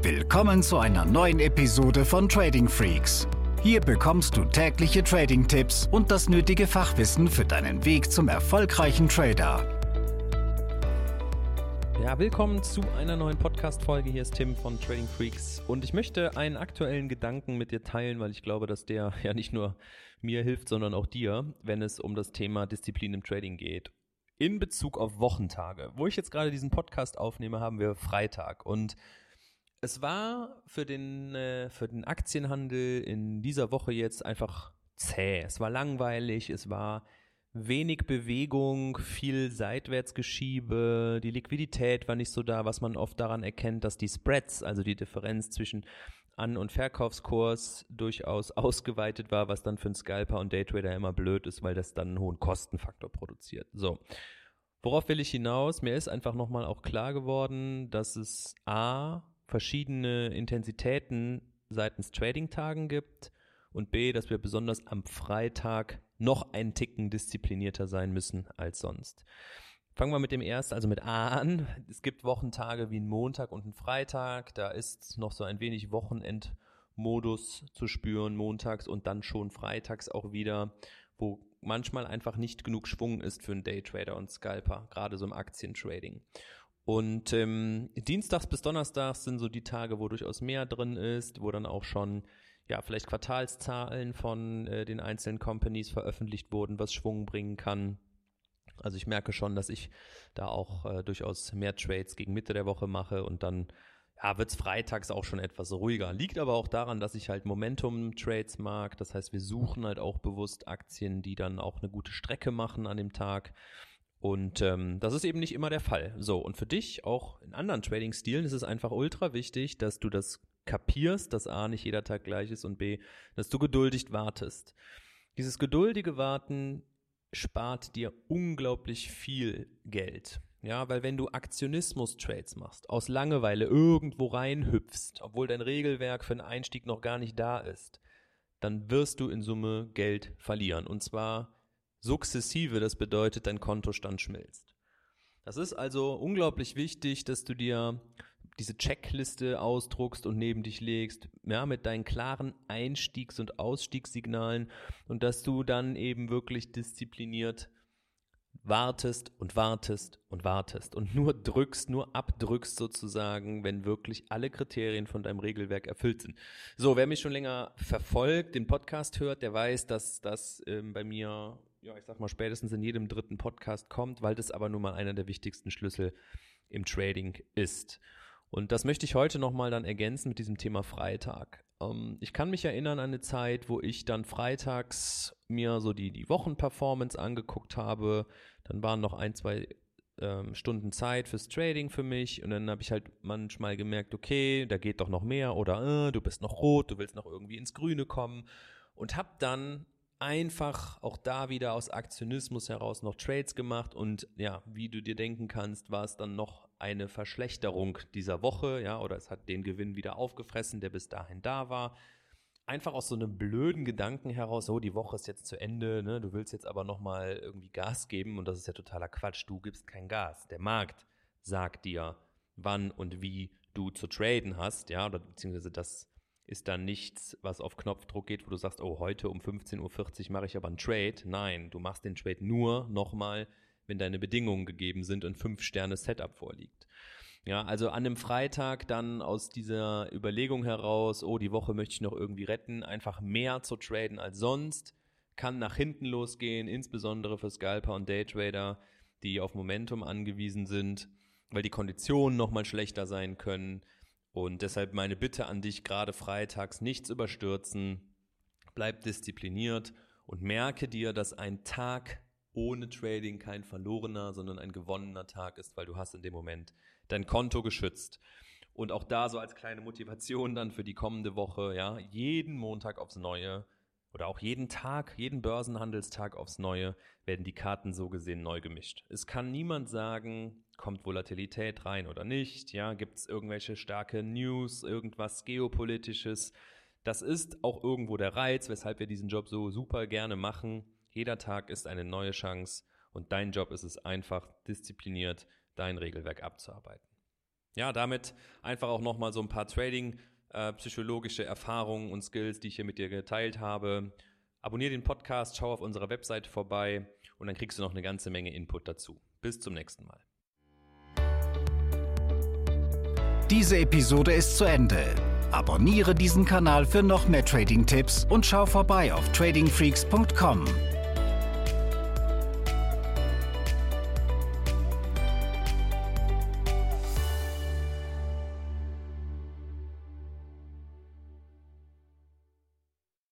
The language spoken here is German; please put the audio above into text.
Willkommen zu einer neuen Episode von Trading Freaks. Hier bekommst du tägliche Trading-Tipps und das nötige Fachwissen für deinen Weg zum erfolgreichen Trader. Ja, willkommen zu einer neuen Podcast-Folge. Hier ist Tim von Trading Freaks und ich möchte einen aktuellen Gedanken mit dir teilen, weil ich glaube, dass der ja nicht nur mir hilft, sondern auch dir, wenn es um das Thema Disziplin im Trading geht. In Bezug auf Wochentage. Wo ich jetzt gerade diesen Podcast aufnehme, haben wir Freitag und es war für den Aktienhandel in dieser Woche jetzt einfach zäh. Es war langweilig, es war wenig Bewegung, viel Seitwärtsgeschiebe, die Liquidität war nicht so da, was man oft daran erkennt, dass die Spreads, also die Differenz zwischen An- und Verkaufskurs durchaus ausgeweitet war, was dann für einen Scalper und Daytrader immer blöd ist, weil das dann einen hohen Kostenfaktor produziert. So, worauf will ich hinaus? Mir ist einfach nochmal auch klar geworden, dass es verschiedene Intensitäten seitens Trading-Tagen gibt und B, dass wir besonders am Freitag noch einen Ticken disziplinierter sein müssen als sonst. Fangen wir mit dem ersten, also mit A an. Es gibt Wochentage wie einen Montag und einen Freitag. Da ist noch so ein wenig Wochenendmodus zu spüren, montags und dann schon freitags auch wieder, wo manchmal einfach nicht genug Schwung ist für einen Daytrader und Scalper, gerade so im Aktientrading. Und dienstags bis donnerstags sind so die Tage, wo durchaus mehr drin ist, wo dann auch schon vielleicht Quartalszahlen von den einzelnen Companies veröffentlicht wurden, was Schwung bringen kann. Also ich merke schon, dass ich da auch durchaus mehr Trades gegen Mitte der Woche mache und dann wird's freitags auch schon etwas ruhiger. Liegt aber auch daran, dass ich halt Momentum-Trades mag. Das heißt, wir suchen halt auch bewusst Aktien, die dann auch eine gute Strecke machen an dem Tag. Und das ist eben nicht immer der Fall. So, und für dich, auch in anderen Trading-Stilen, ist es einfach ultra wichtig, dass du das kapierst, dass A, nicht jeder Tag gleich ist und B, dass du geduldig wartest. Dieses geduldige Warten spart dir unglaublich viel Geld. Ja, weil wenn du Aktionismus-Trades machst, aus Langeweile irgendwo reinhüpfst, obwohl dein Regelwerk für einen Einstieg noch gar nicht da ist, dann wirst du in Summe Geld verlieren. Und zwar sukzessive, das bedeutet, dein Kontostand schmilzt. Das ist also unglaublich wichtig, dass du dir diese Checkliste ausdruckst und neben dich legst, mit deinen klaren Einstiegs- und Ausstiegssignalen und dass du dann eben wirklich diszipliniert wartest und wartest und wartest und nur abdrückst sozusagen, wenn wirklich alle Kriterien von deinem Regelwerk erfüllt sind. So, wer mich schon länger verfolgt, den Podcast hört, der weiß, dass das bei mir, ich sag mal, spätestens in jedem dritten Podcast kommt, weil das aber nun mal einer der wichtigsten Schlüssel im Trading ist. Und das möchte ich heute nochmal dann ergänzen mit diesem Thema Freitag. Ich kann mich erinnern an eine Zeit, wo ich dann freitags mir so die Wochenperformance angeguckt habe. Dann waren noch 1-2 Stunden Zeit fürs Trading für mich und dann habe ich halt manchmal gemerkt, okay, da geht doch noch mehr oder du bist noch rot, du willst noch irgendwie ins Grüne kommen und habe dann einfach auch da wieder aus Aktionismus heraus noch Trades gemacht und wie du dir denken kannst, war es dann noch eine Verschlechterung dieser Woche, oder es hat den Gewinn wieder aufgefressen, der bis dahin da war. Einfach aus so einem blöden Gedanken heraus, die Woche ist jetzt zu Ende, ne? Du willst jetzt aber nochmal irgendwie Gas geben und das ist ja totaler Quatsch, du gibst kein Gas. Der Markt sagt dir, wann und wie du zu traden hast, oder beziehungsweise das ist dann nichts, was auf Knopfdruck geht, wo du sagst, heute um 15.40 Uhr mache ich aber einen Trade. Nein, du machst den Trade nur nochmal, wenn deine Bedingungen gegeben sind und 5-Sterne-Setup vorliegt. Also an einem Freitag dann aus dieser Überlegung heraus, die Woche möchte ich noch irgendwie retten, einfach mehr zu traden als sonst, kann nach hinten losgehen, insbesondere für Scalper und Daytrader, die auf Momentum angewiesen sind, weil die Konditionen nochmal schlechter sein können. Und deshalb meine Bitte an dich, gerade freitags nichts überstürzen, bleib diszipliniert und merke dir, dass ein Tag ohne Trading kein verlorener, sondern ein gewonnener Tag ist, weil du hast in dem Moment dein Konto geschützt. Und auch da so als kleine Motivation dann für die kommende Woche, jeden Montag aufs Neue oder auch jeden Tag, jeden Börsenhandelstag aufs Neue werden die Karten so gesehen neu gemischt. Es kann niemand sagen, kommt Volatilität rein oder nicht, gibt es irgendwelche starke News, irgendwas Geopolitisches. Das ist auch irgendwo der Reiz, weshalb wir diesen Job so super gerne machen. Jeder Tag ist eine neue Chance und dein Job ist es einfach, diszipliniert dein Regelwerk abzuarbeiten. Ja, damit einfach auch nochmal so ein paar Trading-psychologische Erfahrungen und Skills, die ich hier mit dir geteilt habe. Abonnier den Podcast, schau auf unserer Webseite vorbei und dann kriegst du noch eine ganze Menge Input dazu. Bis zum nächsten Mal. Diese Episode ist zu Ende. Abonniere diesen Kanal für noch mehr Trading-Tipps und schau vorbei auf tradingfreaks.com.